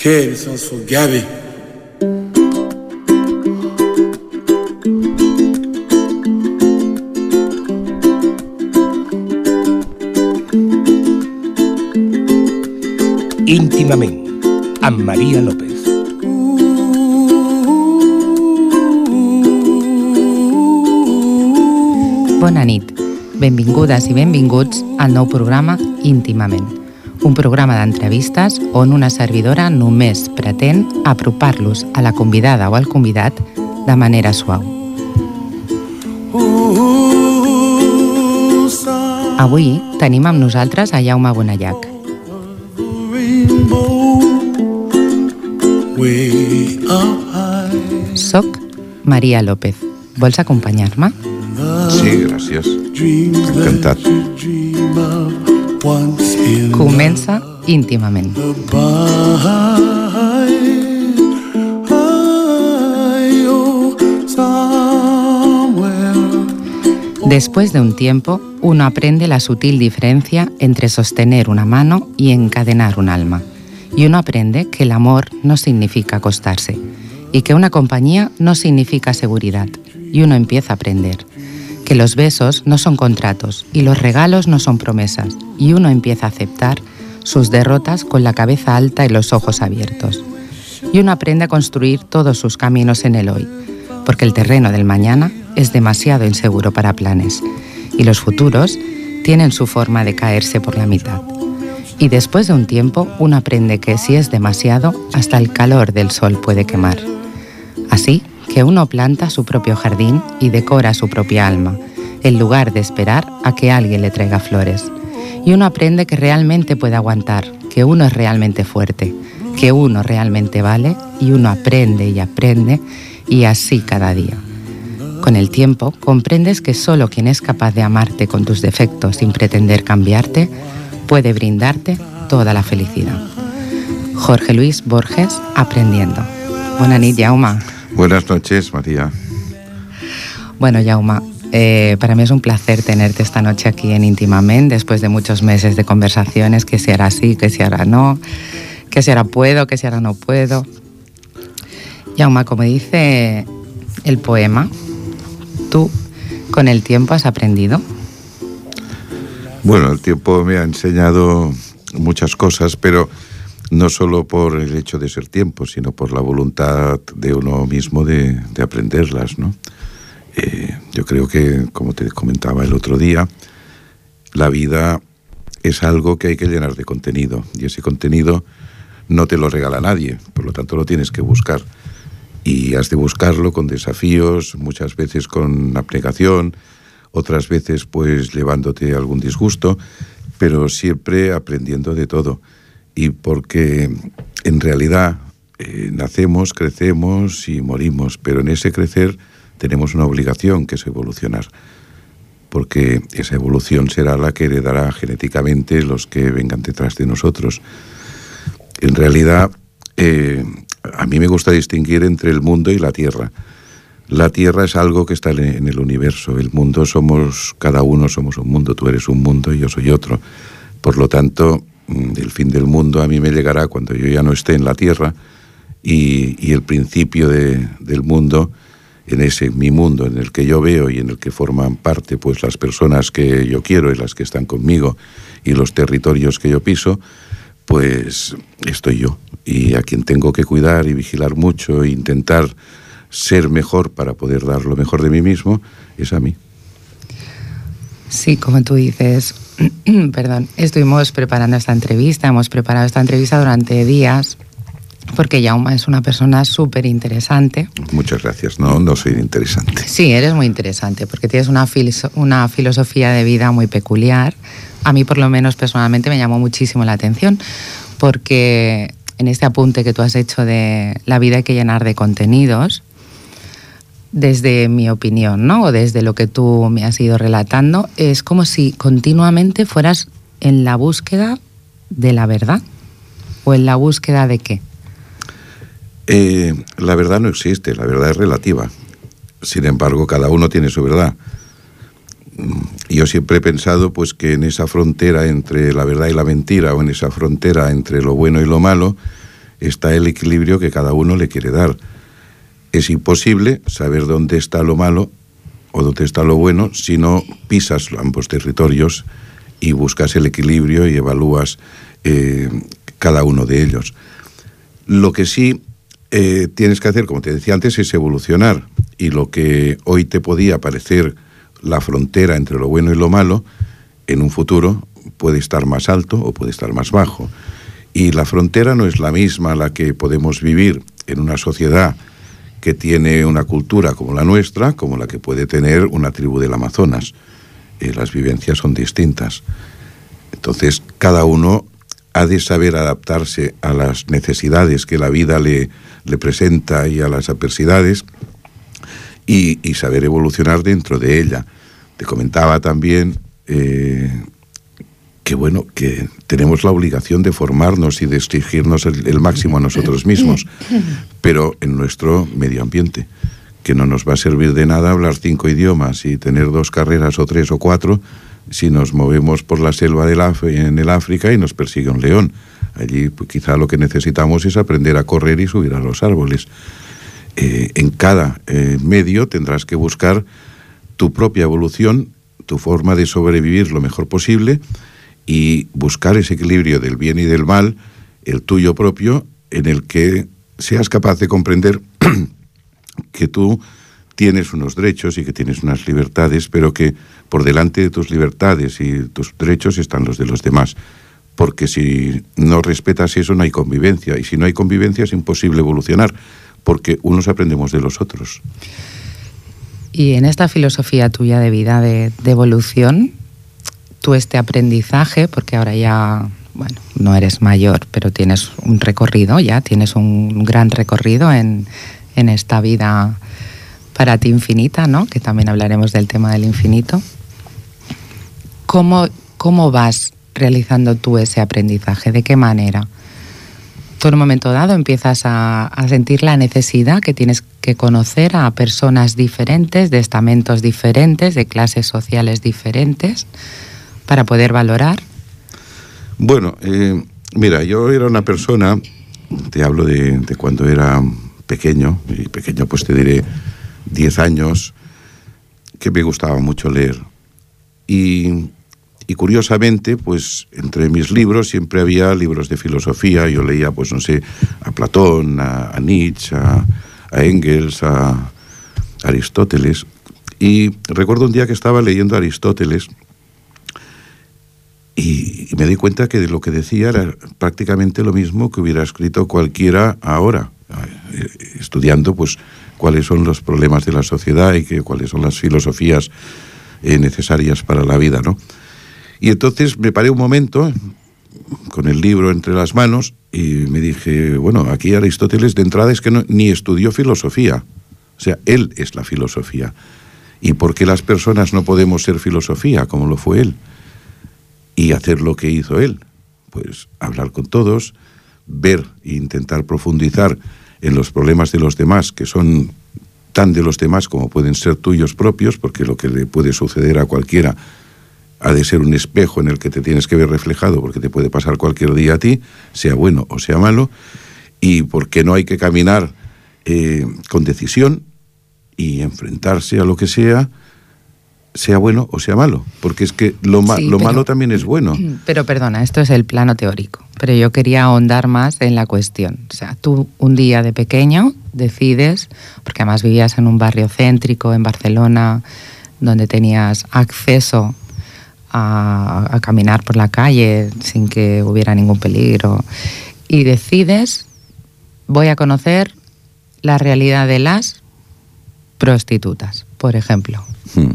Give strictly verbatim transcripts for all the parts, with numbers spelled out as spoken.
Okay, this one's for Gabby. Íntimament, amb Maria López. Bona nit, benvingudes i benvinguts al nou programa Íntimament, un programa d'entrevistes on una servidora només pretén apropar-los a la convidada o al convidat de manera suau. Avui tenim amb nosaltres a Jaume Bonallac. Soc Maria López. Vols acompanyar-me? Sí, gràcies. Encantat. Comença Íntimament. Después de un tiempo, uno aprende la sutil diferencia entre sostener una mano y encadenar un alma. Y uno aprende que el amor no significa acostarse, y que una compañía no significa seguridad. Y uno empieza a aprender que los besos no son contratos y los regalos no son promesas. Y uno empieza a aceptar sus derrotas con la cabeza alta y los ojos abiertos. Y uno aprende a construir todos sus caminos en el hoy, porque el terreno del mañana es demasiado inseguro para planes, y los futuros tienen su forma de caerse por la mitad. Y después de un tiempo, uno aprende que si es demasiado, hasta el calor del sol puede quemar. Así que uno planta su propio jardín y decora su propia alma, en lugar de esperar a que alguien le traiga flores. Y uno aprende que realmente puede aguantar, que uno es realmente fuerte, que uno realmente vale, y uno aprende y aprende, y así cada día. Con el tiempo, comprendes que solo quien es capaz de amarte con tus defectos sin pretender cambiarte, puede brindarte toda la felicidad. Jorge Luis Borges, aprendiendo. Bona nit, Jaume. Buenas noches, María. Bueno, Jaume, eh, para mí es un placer tenerte esta noche aquí en Íntimamente, después de muchos meses de conversaciones, que si ahora sí, que si ahora no, que si ahora puedo, que si ahora no puedo. Jaume, como dice el poema, ¿tú con el tiempo has aprendido? Bueno, el tiempo me ha enseñado muchas cosas, pero no solo por el hecho de ser tiempo, sino por la voluntad de uno mismo de, de aprenderlas, ¿no? Eh, yo creo que, como te comentaba el otro día, la vida es algo que hay que llenar de contenido, y ese contenido no te lo regala nadie, por lo tanto lo tienes que buscar. Y has de buscarlo con desafíos, muchas veces con abnegación, otras veces pues llevándote algún disgusto, pero siempre aprendiendo de todo. Y porque en realidad eh, nacemos, crecemos y morimos, pero en ese crecer tenemos una obligación, que es evolucionar, porque esa evolución será la que heredará genéticamente los que vengan detrás de nosotros. En realidad, eh, a mí me gusta distinguir entre el mundo y la tierra. La tierra es algo que está en el universo, el mundo somos, cada uno somos un mundo, tú eres un mundo y yo soy otro. Por lo tanto, el fin del mundo a mí me llegará cuando yo ya no esté en la tierra, y, y el principio de, del mundo, en ese mi mundo en el que yo veo y en el que forman parte pues las personas que yo quiero y las que están conmigo y los territorios que yo piso, pues estoy yo, y a quien tengo que cuidar y vigilar mucho e intentar ser mejor para poder dar lo mejor de mí mismo es a mí. Sí, como tú dices, perdón, estuvimos preparando esta entrevista, hemos preparado esta entrevista durante días, porque Jaume es una persona súper interesante. Muchas gracias, no, no soy interesante. Sí, eres muy interesante, porque tienes una, filoso- una filosofía de vida muy peculiar. A mí, por lo menos, personalmente me llamó muchísimo la atención, porque en este apunte que tú has hecho de la vida hay que llenar de contenidos, desde mi opinión, ¿no? O desde lo que tú me has ido relatando, es como si continuamente fueras en la búsqueda de la verdad. ¿O en la búsqueda de qué? Eh, la verdad no existe, la verdad es relativa. Sin embargo, cada uno tiene su verdad. Yo siempre he pensado pues que en esa frontera entre la verdad y la mentira, o en esa frontera entre lo bueno y lo malo, está el equilibrio que cada uno le quiere dar. Es imposible saber dónde está lo malo o dónde está lo bueno si no pisas ambos territorios y buscas el equilibrio y evalúas eh, cada uno de ellos. Lo que sí eh, tienes que hacer, como te decía antes, es evolucionar, y lo que hoy te podía parecer la frontera entre lo bueno y lo malo, en un futuro puede estar más alto o puede estar más bajo. Y la frontera no es la misma a la que podemos vivir en una sociedad que tiene una cultura como la nuestra, como la que puede tener una tribu del Amazonas. Eh, las vivencias son distintas. Entonces, cada uno ha de saber adaptarse a las necesidades que la vida le, le presenta y a las adversidades, y, y saber evolucionar dentro de ella. Te comentaba también eh, que, bueno, que tenemos la obligación de formarnos y de exigirnos el, el máximo a nosotros mismos, pero en nuestro medio ambiente, que no nos va a servir de nada hablar cinco idiomas y tener dos carreras o tres o cuatro si nos movemos por la selva del Af- en el África y nos persigue un león. Allí pues, quizá lo que necesitamos es aprender a correr y subir a los árboles. Eh, en cada eh, medio tendrás que buscar tu propia evolución, tu forma de sobrevivir lo mejor posible, y buscar ese equilibrio del bien y del mal, el tuyo propio, en el que seas capaz de comprender que tú tienes unos derechos y que tienes unas libertades, pero que por delante de tus libertades y tus derechos están los de los demás. Porque si no respetas eso, no hay convivencia. Y si no hay convivencia, es imposible evolucionar, porque unos aprendemos de los otros. Y en esta filosofía tuya de vida, de, de evolución, tú este aprendizaje, porque ahora ya, bueno, no eres mayor, pero tienes un recorrido ya, tienes un gran recorrido en, en esta vida para ti infinita, ¿no? Que también hablaremos del tema del infinito. ¿Cómo, cómo vas realizando tú ese aprendizaje? ¿De qué manera? Tú en un momento dado empiezas a, a sentir la necesidad que tienes que conocer a personas diferentes, de estamentos diferentes, de clases sociales diferentes, para poder valorar. Bueno, eh, mira, yo era una persona, te hablo de, de cuando era pequeño, y pequeño pues te diré diez años, que me gustaba mucho leer. Y, y curiosamente, pues entre mis libros siempre había libros de filosofía. Yo leía, pues no sé, a Platón, a, a Nietzsche, a, a Engels, a Aristóteles. Y recuerdo un día que estaba leyendo a Aristóteles y, y me di cuenta que de lo que decía era prácticamente lo mismo que hubiera escrito cualquiera ahora, estudiando pues cuáles son los problemas de la sociedad y que, cuáles son las filosofías eh, necesarias para la vida, ¿no? Y entonces me paré un momento con el libro entre las manos y me dije, bueno, aquí Aristóteles de entrada es que no, ni estudió filosofía, o sea, él es la filosofía. ¿Y por qué las personas no podemos ser filosofía como lo fue él? Y hacer lo que hizo él, pues hablar con todos, ver e intentar profundizar en los problemas de los demás, que son tan de los demás como pueden ser tuyos propios, porque lo que le puede suceder a cualquiera ha de ser un espejo en el que te tienes que ver reflejado, porque te puede pasar cualquier día a ti, sea bueno o sea malo, y porque no hay que caminar eh, con decisión y enfrentarse a lo que sea, sea bueno o sea malo, porque es que lo, ma- sí, lo pero, malo también es bueno. Pero perdona, esto es el plano teórico, pero yo quería ahondar más en la cuestión. O sea, tú un día de pequeño decides, porque además vivías en un barrio céntrico en Barcelona, donde tenías acceso a, a caminar por la calle sin que hubiera ningún peligro, y decides, voy a conocer la realidad de las prostitutas, por ejemplo. Hmm.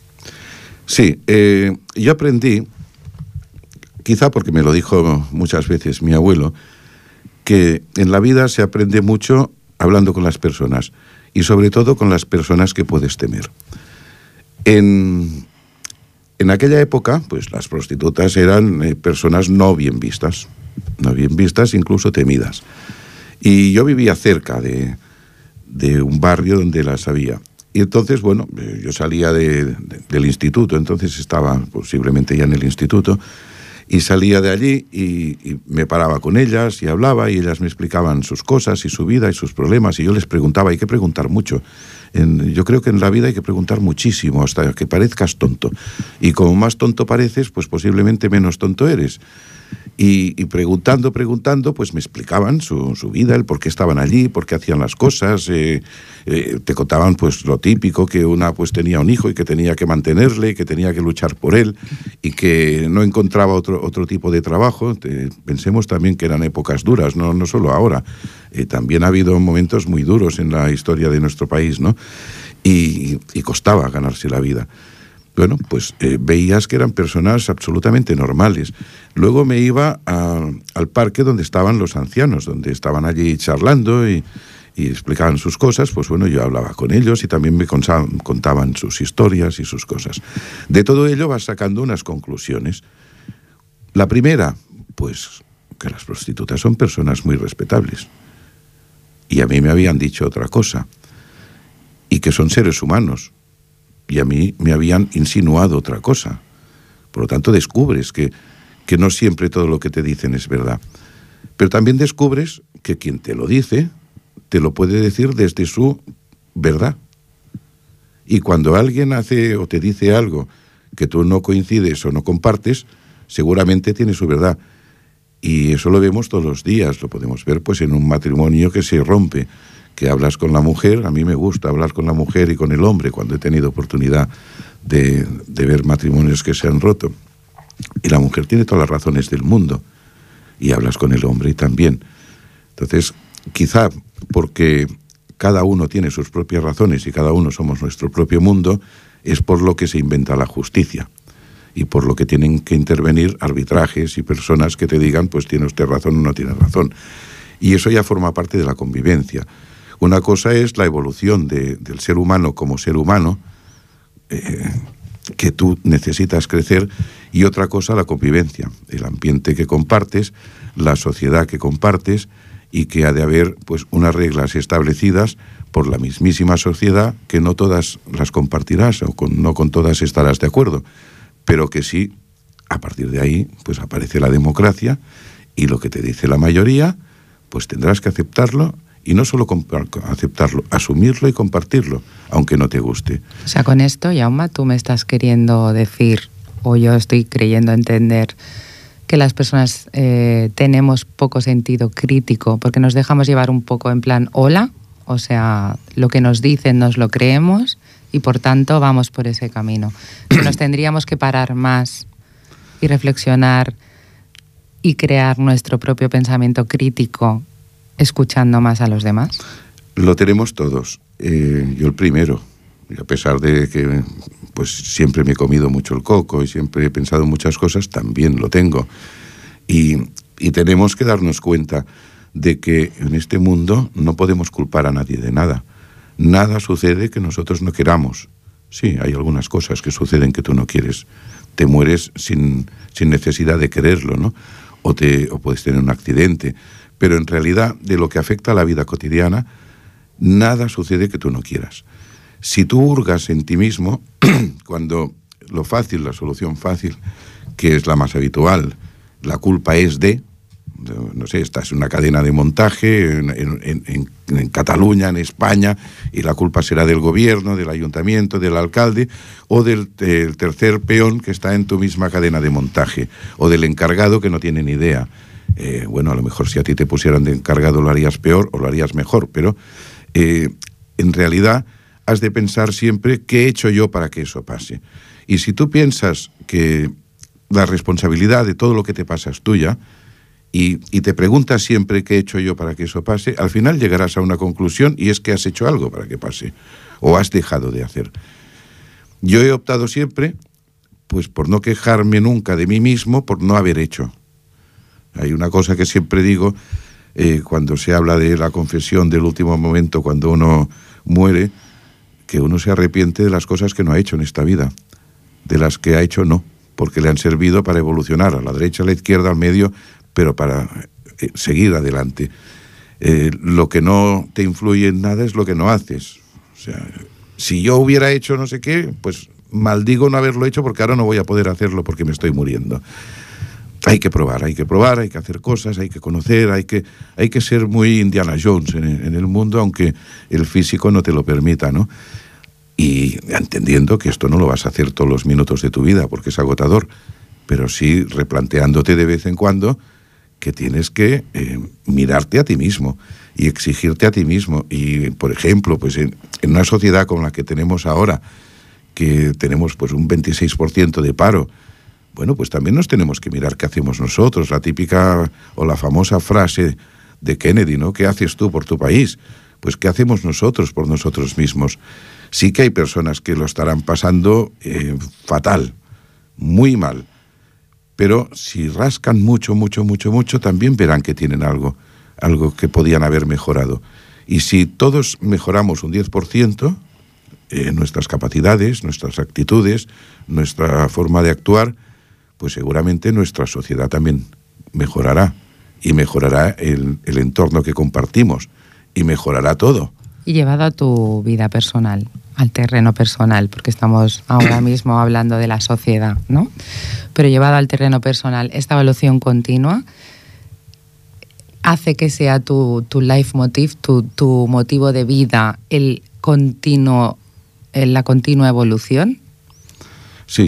Sí, eh, yo aprendí, quizá porque me lo dijo muchas veces mi abuelo, que en la vida se aprende mucho hablando con las personas, y sobre todo con las personas que puedes temer. En, en aquella época, pues las prostitutas eran eh, personas no bien vistas, no bien vistas, incluso temidas. Y yo vivía cerca de, de un barrio donde las había. Y entonces, bueno, yo salía de, de, del instituto, entonces estaba posiblemente ya en el instituto, Y salía de allí y, y me paraba con ellas y hablaba y ellas me explicaban sus cosas y su vida y sus problemas y yo les preguntaba. Hay que preguntar mucho. En, yo creo que en la vida hay que preguntar muchísimo hasta que parezcas tonto. Y como más tonto pareces, pues posiblemente menos tonto eres. Y, y preguntando, preguntando, pues me explicaban su, su vida, el por qué estaban allí, por qué hacían las cosas, eh, eh, te contaban pues lo típico, que una pues tenía un hijo y que tenía que mantenerle, y que tenía que luchar por él, y que no encontraba otro, otro tipo de trabajo. Te, pensemos también que eran épocas duras, no, no solo ahora, eh, también ha habido momentos muy duros en la historia de nuestro país, ¿no? Y, y costaba ganarse la vida. Bueno, pues eh, veías que eran personas absolutamente normales. Luego me iba a, al parque donde estaban los ancianos, donde estaban allí charlando y, y explicaban sus cosas. Pues bueno, yo hablaba con ellos y también me contaban, contaban sus historias y sus cosas. De todo ello vas sacando unas conclusiones. La primera, pues que las prostitutas son personas muy respetables. Y a mí me habían dicho otra cosa. Y que son seres humanos. Y a mí me habían insinuado otra cosa. Por lo tanto, descubres que, que no siempre todo lo que te dicen es verdad. Pero también descubres que quien te lo dice, te lo puede decir desde su verdad. Y cuando alguien hace o te dice algo que tú no coincides o no compartes, seguramente tiene su verdad. Y eso lo vemos todos los días, lo podemos ver pues en un matrimonio que se rompe, que hablas con la mujer. A mí me gusta hablar con la mujer y con el hombre cuando he tenido oportunidad de, de ver matrimonios que se han roto. Y la mujer tiene todas las razones del mundo y hablas con el hombre también. Entonces, quizá porque cada uno tiene sus propias razones y cada uno somos nuestro propio mundo, es por lo que se inventa la justicia y por lo que tienen que intervenir arbitrajes y personas que te digan, pues tiene usted razón o no tiene razón. Y eso ya forma parte de la convivencia. Una cosa es la evolución de, del ser humano como ser humano, eh, que tú necesitas crecer, y otra cosa la convivencia, el ambiente que compartes, la sociedad que compartes, y que ha de haber pues unas reglas establecidas por la mismísima sociedad, que no todas las compartirás o con, no con todas estarás de acuerdo, pero que sí, a partir de ahí pues aparece la democracia, y lo que te dice la mayoría pues tendrás que aceptarlo. Y no solo aceptarlo, asumirlo y compartirlo, aunque no te guste. O sea, con esto, Jaume, tú me estás queriendo decir, o yo estoy creyendo entender, que las personas eh, tenemos poco sentido crítico, porque nos dejamos llevar un poco en plan hola, o sea, lo que nos dicen nos lo creemos y por tanto vamos por ese camino. Que nos tendríamos que parar más y reflexionar y crear nuestro propio pensamiento crítico, escuchando más a los demás. Lo tenemos todos, eh, yo el primero, y a pesar de que pues siempre me he comido mucho el coco y siempre he pensado en muchas cosas, también lo tengo. Y, y tenemos que darnos cuenta de que en este mundo no podemos culpar a nadie de nada. Nada sucede que nosotros no queramos. Sí, hay algunas cosas que suceden que tú no quieres. Te mueres sin, sin necesidad de quererlo, ¿no? O, te, o puedes tener un accidente. Pero en realidad, de lo que afecta a la vida cotidiana, nada sucede que tú no quieras. Si tú hurgas en ti mismo, cuando lo fácil, la solución fácil, que es la más habitual, la culpa es de, no sé, estás en una cadena de montaje en, en, en, en Cataluña, en España, y la culpa será del gobierno, del ayuntamiento, del alcalde, o del, del tercer peón que está en tu misma cadena de montaje, o del encargado que no tiene ni idea. Eh, bueno, a lo mejor si a ti te pusieran de encargado lo harías peor o lo harías mejor, pero eh, en realidad has de pensar siempre qué he hecho yo para que eso pase. Y si tú piensas que la responsabilidad de todo lo que te pasa es tuya y, y te preguntas siempre qué he hecho yo para que eso pase, al final llegarás a una conclusión, y es que has hecho algo para que pase o has dejado de hacer. Yo he optado siempre pues por no quejarme nunca de mí mismo por no haber hecho. Hay una cosa que siempre digo eh, cuando se habla de la confesión del último momento, cuando uno muere, que uno se arrepiente de las cosas que no ha hecho en esta vida, de las que ha hecho no, porque le han servido para evolucionar a la derecha, a la izquierda, al medio, pero para eh, seguir adelante. Eh, lo que no te influye en nada es lo que no haces. O sea, si yo hubiera hecho no sé qué, pues maldigo no haberlo hecho porque ahora no voy a poder hacerlo porque me estoy muriendo. hay que probar, hay que probar, hay que hacer cosas, hay que conocer, hay que, hay que ser muy Indiana Jones en, en el mundo, aunque el físico no te lo permita, ¿no? Y entendiendo que esto no lo vas a hacer todos los minutos de tu vida, porque es agotador, pero sí replanteándote de vez en cuando que tienes que eh, mirarte a ti mismo y exigirte a ti mismo. Y, por ejemplo, pues en, en una sociedad como la que tenemos ahora, que tenemos pues un veintiséis por ciento de paro, bueno, pues también nos tenemos que mirar qué hacemos nosotros. La típica o la famosa frase de Kennedy, ¿no? ¿Qué haces tú por tu país? Pues ¿qué hacemos nosotros por nosotros mismos? Sí que hay personas que lo estarán pasando eh, fatal, muy mal. Pero si rascan mucho, mucho, mucho, mucho, también verán que tienen algo, algo que podían haber mejorado. Y si todos mejoramos un diez por ciento, eh, nuestras capacidades, nuestras actitudes, nuestra forma de actuar, pues seguramente nuestra sociedad también mejorará. Y mejorará el, el entorno que compartimos. Y mejorará todo. Y llevado a tu vida personal, al terreno personal, porque estamos ahora mismo hablando de la sociedad, ¿no? Pero llevado al terreno personal, esta evolución continua hace que sea tu, tu leitmotiv, tu, tu motivo de vida, el continuo, la continua evolución. Sí.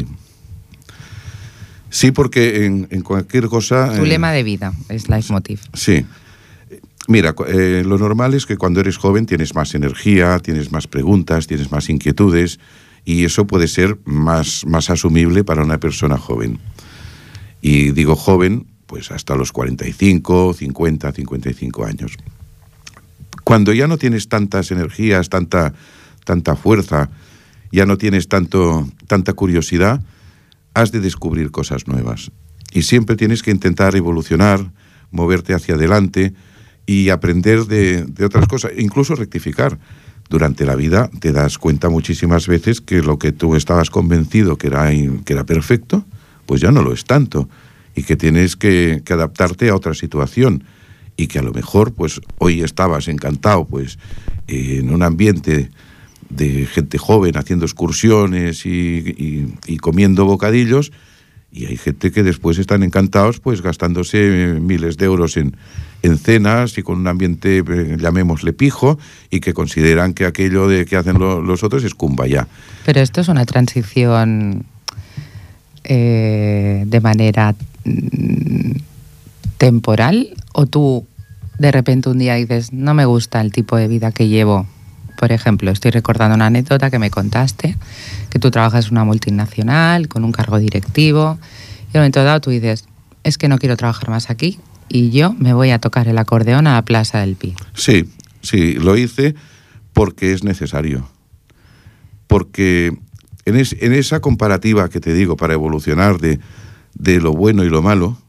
Sí, porque en, en cualquier cosa... Tu eh, lema de vida es leitmotiv. Sí. Mira, eh, lo normal es que cuando eres joven tienes más energía, tienes más preguntas, tienes más inquietudes, y eso puede ser más, más asumible para una persona joven. Y digo joven, pues hasta los cuarenta y cinco, cincuenta, cincuenta y cinco años. Cuando ya no tienes tantas energías, tanta, tanta fuerza, ya no tienes tanto, tanta curiosidad, has de descubrir cosas nuevas. Y siempre tienes que intentar evolucionar, moverte hacia adelante y aprender de, de otras cosas, incluso rectificar. Durante la vida te das cuenta muchísimas veces que lo que tú estabas convencido que era, que era perfecto, pues ya no lo es tanto, y que tienes que, que adaptarte a otra situación, y que a lo mejor pues hoy estabas encantado pues eh, en un ambiente de gente joven haciendo excursiones y, y, y comiendo bocadillos, y hay gente que después están encantados pues gastándose miles de euros en, en cenas y con un ambiente, eh, llamémosle pijo, y que consideran que aquello de que hacen lo, los otros es kumbaya. Pero esto es una transición eh, de manera mm, temporal, o tú de repente un día dices, no me gusta el tipo de vida que llevo. Por ejemplo, estoy recordando una anécdota que me contaste, que tú trabajas en una multinacional con un cargo directivo, y en un momento dado tú dices, es que no quiero trabajar más aquí y yo me voy a tocar el acordeón a la Plaza del Pi. Sí, sí, lo hice porque es necesario. Porque en, es, en esa comparativa que te digo para evolucionar de, de lo bueno y lo malo,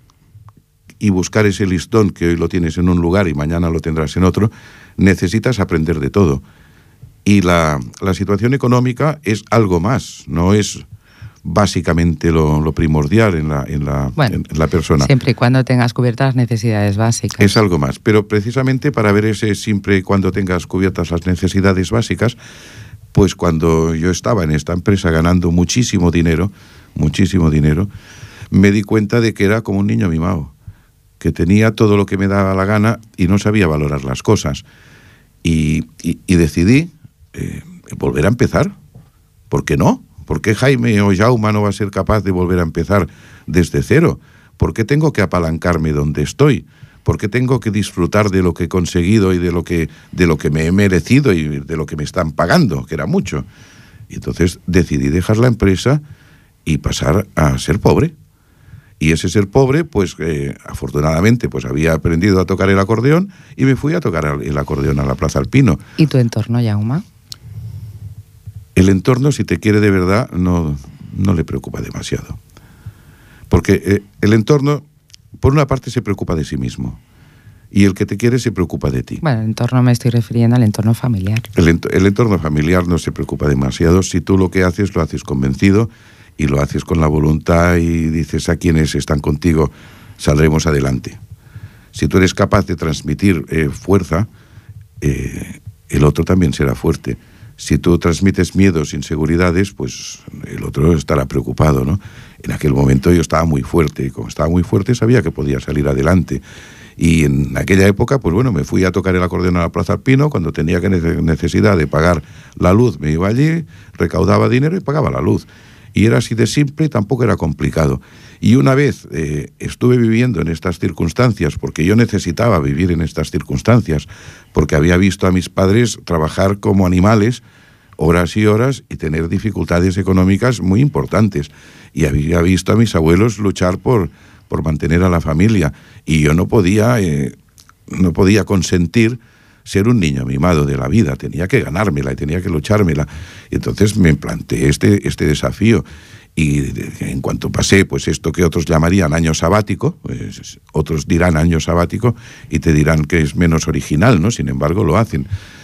y buscar ese listón que hoy lo tienes en un lugar y mañana lo tendrás en otro, necesitas aprender de todo. Y la, la situación económica es algo más, no es básicamente lo, lo primordial en la, en, la, bueno, en, en la persona. Siempre y cuando tengas cubiertas las necesidades básicas. Es algo más, pero precisamente para ver ese siempre y cuando tengas cubiertas las necesidades básicas, pues cuando yo estaba en esta empresa ganando muchísimo dinero, muchísimo dinero, me di cuenta de que era como un niño mimado, que tenía todo lo que me daba la gana y no sabía valorar las cosas. Y, y, y decidí eh, volver a empezar. ¿Por qué no? ¿Por qué Jaime o Jaume no va a ser capaz de volver a empezar desde cero? ¿Por qué tengo que apalancarme donde estoy? ¿Por qué tengo que disfrutar de lo que he conseguido y de lo que, de lo que me he merecido y de lo que me están pagando, que era mucho? Y entonces decidí dejar la empresa y pasar a ser pobre. Y ese ser pobre, pues eh, afortunadamente, pues había aprendido a tocar el acordeón y me fui a tocar el acordeón a la Plaza Alpino. ¿Y tu entorno, Jaume? El entorno, si te quiere de verdad, no, no le preocupa demasiado. Porque eh, el entorno, por una parte, se preocupa de sí mismo. Y el que te quiere se preocupa de ti. Bueno, el entorno me estoy refiriendo al entorno familiar. El, ent- el entorno familiar no se preocupa demasiado. Si tú lo que haces, lo haces convencido y lo haces con la voluntad y dices a quienes están contigo, saldremos adelante. Si tú eres capaz de transmitir eh, fuerza, eh, el otro también será fuerte. Si tú transmites miedos, inseguridades, pues el otro estará preocupado, ¿no? En aquel momento yo estaba muy fuerte, y como estaba muy fuerte sabía que podía salir adelante. Y en aquella época, pues bueno, me fui a tocar el acordeón a la Plaza Alpino. Cuando tenía que necesidad de pagar la luz, me iba allí, recaudaba dinero y pagaba la luz. Y era así de simple y tampoco era complicado. Y una vez eh, estuve viviendo en estas circunstancias, porque yo necesitaba vivir en estas circunstancias, porque había visto a mis padres trabajar como animales horas y horas y tener dificultades económicas muy importantes. Y había visto a mis abuelos luchar por, por mantener a la familia. Y yo no podía, eh, no podía consentir ser un niño mimado de la vida. Tenía que ganármela y tenía que luchármela. Y entonces me planteé este, este desafío. Y en cuanto pasé, pues esto que otros llamarían año sabático, pues otros dirán año sabático y te dirán que es menos original, ¿no? Sin embargo, lo hacen.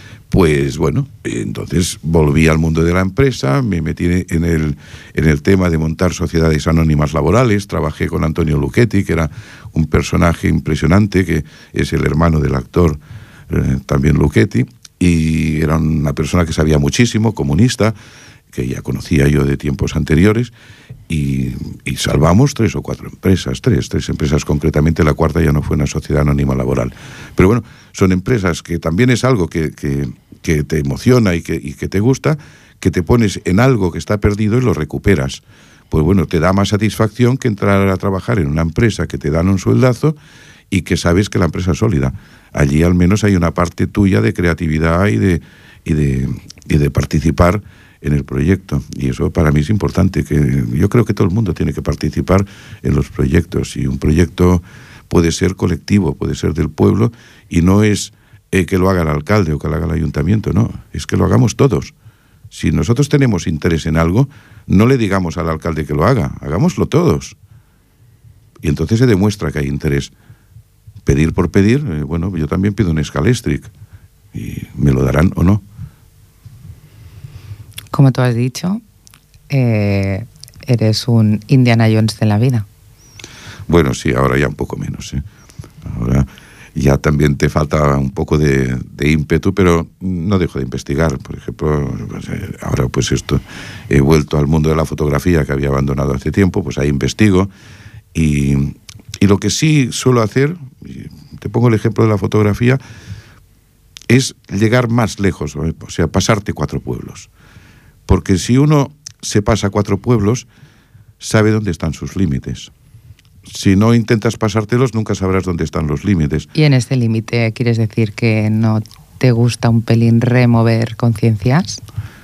Pues bueno, entonces volví al mundo de la empresa, me metí en el, en el tema de montar sociedades anónimas laborales, trabajé con Antonio Lucchetti, que era un personaje impresionante, que es el hermano del actor eh, también Lucchetti, y era una persona que sabía muchísimo, comunista, que ya conocía yo de tiempos anteriores, y, y salvamos tres o cuatro empresas, tres, tres empresas concretamente, la cuarta ya no fue una sociedad anónima laboral. Pero bueno, son empresas que también es algo que, que, que te emociona y que, y que te gusta, que te pones en algo que está perdido y lo recuperas. Pues bueno, te da más satisfacción que entrar a trabajar en una empresa que te dan un sueldazo y que sabes que la empresa es sólida. Allí al menos hay una parte tuya de creatividad y de, y de, y de participar en el proyecto, y eso para mí es importante, que yo creo que todo el mundo tiene que participar en los proyectos, y un proyecto puede ser colectivo, puede ser del pueblo, y no es eh, que lo haga el alcalde o que lo haga el ayuntamiento, no, es que lo hagamos todos. Si nosotros tenemos interés en algo, no le digamos al alcalde que lo haga, hagámoslo todos. Y entonces se demuestra que hay interés. Pedir por pedir, eh, bueno, yo también pido un Scalextric, y me lo darán o no. Como tú has dicho, eh, eres un Indiana Jones de la vida. Bueno, sí, ahora ya un poco menos, ¿eh? Ahora ya también te falta un poco de, de ímpetu, pero no dejo de investigar. Por ejemplo, pues, eh, ahora pues esto, he vuelto al mundo de la fotografía que había abandonado hace tiempo, pues ahí investigo. Y, y lo que sí suelo hacer, te pongo el ejemplo de la fotografía, es llegar más lejos, o sea, pasarte cuatro pueblos. Porque si uno se pasa cuatro pueblos, sabe dónde están sus límites. Si no intentas pasártelos, nunca sabrás dónde están los límites. Y en este límite, ¿quieres decir que no te gusta un pelín remover conciencias?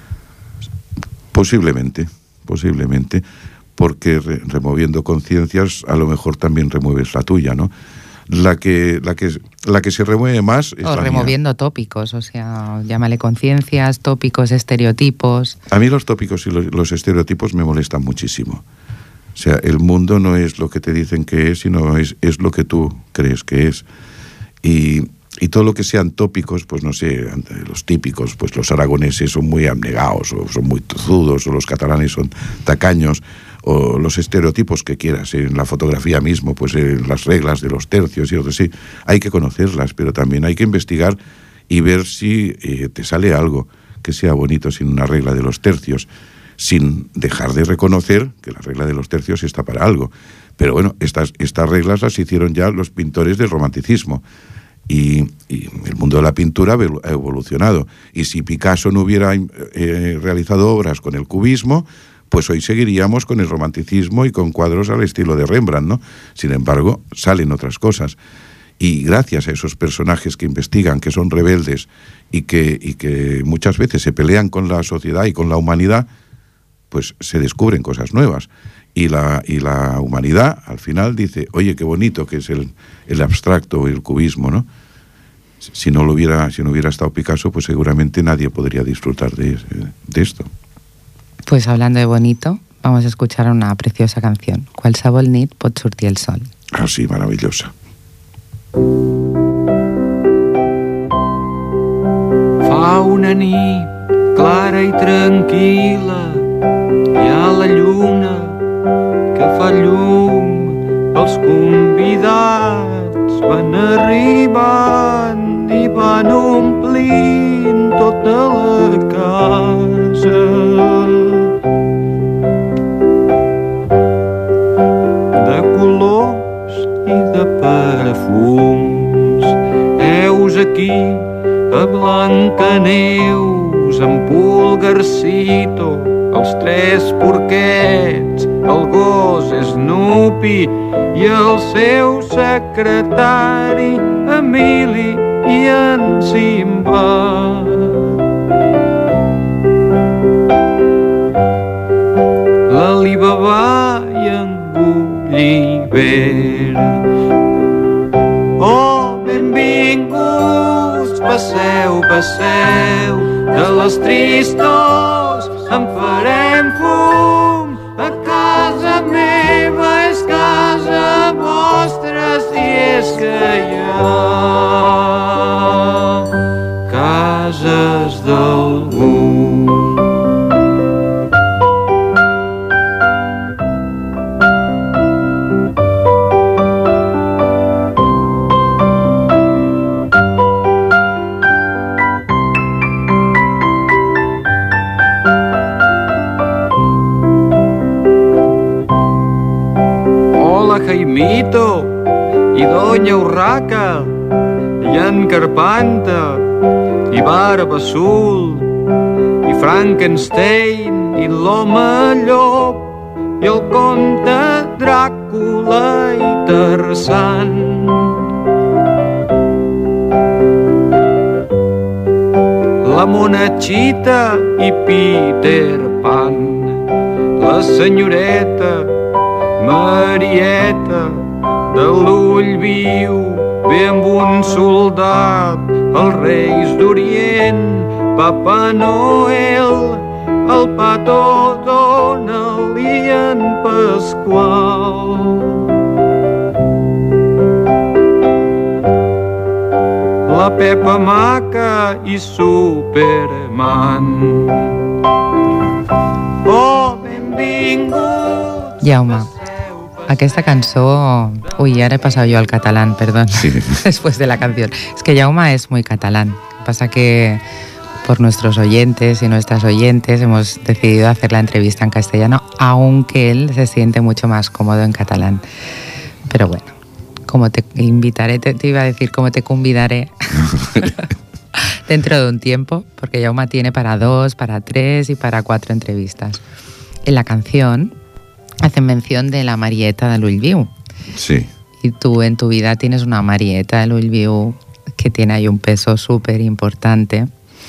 Posiblemente, posiblemente, porque re removiendo conciencias a lo mejor también remueves la tuya, ¿no? La que, la que, la que se remueve más es o la removiendo mía. Tópicos, o sea, llámale conciencias, tópicos, estereotipos. A mí los tópicos y los, los estereotipos me molestan muchísimo. O sea, el mundo no es lo que te dicen que es, sino es, es lo que tú crees que es. Y, y todo lo que sean tópicos, pues no sé, los típicos, pues los aragoneses son muy abnegados, o son muy tozudos, o los catalanes son tacaños, o los estereotipos que quieras, en la fotografía mismo, pues en las reglas de los tercios y otros, sí, hay que conocerlas, pero también hay que investigar y ver si eh, te sale algo que sea bonito sin una regla de los tercios, sin dejar de reconocer que la regla de los tercios está para algo. Pero bueno, estas, estas reglas las hicieron ya los pintores del romanticismo, y, y el mundo de la pintura ha evolucionado, y si Picasso no hubiera eh, realizado obras con el cubismo, pues hoy seguiríamos con el romanticismo y con cuadros al estilo de Rembrandt, ¿no? Sin embargo, salen otras cosas. Y gracias a esos personajes que investigan, que son rebeldes y que, y que muchas veces se pelean con la sociedad y con la humanidad, pues se descubren cosas nuevas. Y la, y la humanidad, al final, dice, oye, qué bonito que es el, el abstracto, el cubismo, ¿no? Si no, lo hubiera, si no hubiera estado Picasso, pues seguramente nadie podría disfrutar de, de esto. Pues hablando de bonito, vamos a escuchar una preciosa canción. Qualsevol nit pot sortir el sol. Ah, sí, maravillosa. Fa una nit clara i tranquil·la, hi ha la lluna que fa llum, els convidats van arribant i van omplint tota la casa. aquí a Blancaneus, en Pulgarcito, els tres porquets, el gos Snoopy i el seu secretari Emili i en Simba. L'Alibaba i en Gulliver. Oh, benvinguts, passeu, passeu, de les tristors en farem fum. A casa meva és casa vostra, si és que hi ha cases d'algú. Jaimito i Doña Urraca i en Carpanta i Barba Azul i Frankenstein i l'home llop i el conte Dràcula i Tarzan. La Monachita i Peter Pan, la senyoreta Marieta de l'ull viu, ve amb un soldat, els Reis d'Orient, Papa Noel, el Pato Donald i en Pasqual. La Pepa Maca i Superman. Oh, benvinguts. Jaume, aquesta cançó... Uy, ahora he pasado yo al catalán, perdón, sí. Después de la canción. Es que Jaume es muy catalán. Lo que pasa que por nuestros oyentes y nuestras oyentes hemos decidido hacer la entrevista en castellano, aunque él se siente mucho más cómodo en catalán. Pero bueno, como te invitaré, te, te iba a decir cómo te convidaré dentro de un tiempo, porque Jaume tiene para dos, para tres y para cuatro entrevistas. En la canción hacen mención de la Marieta de l'ull viu. Sí. Y tú en tu vida tienes una Marieta de l'ull viu que tiene ahí un peso súper importante.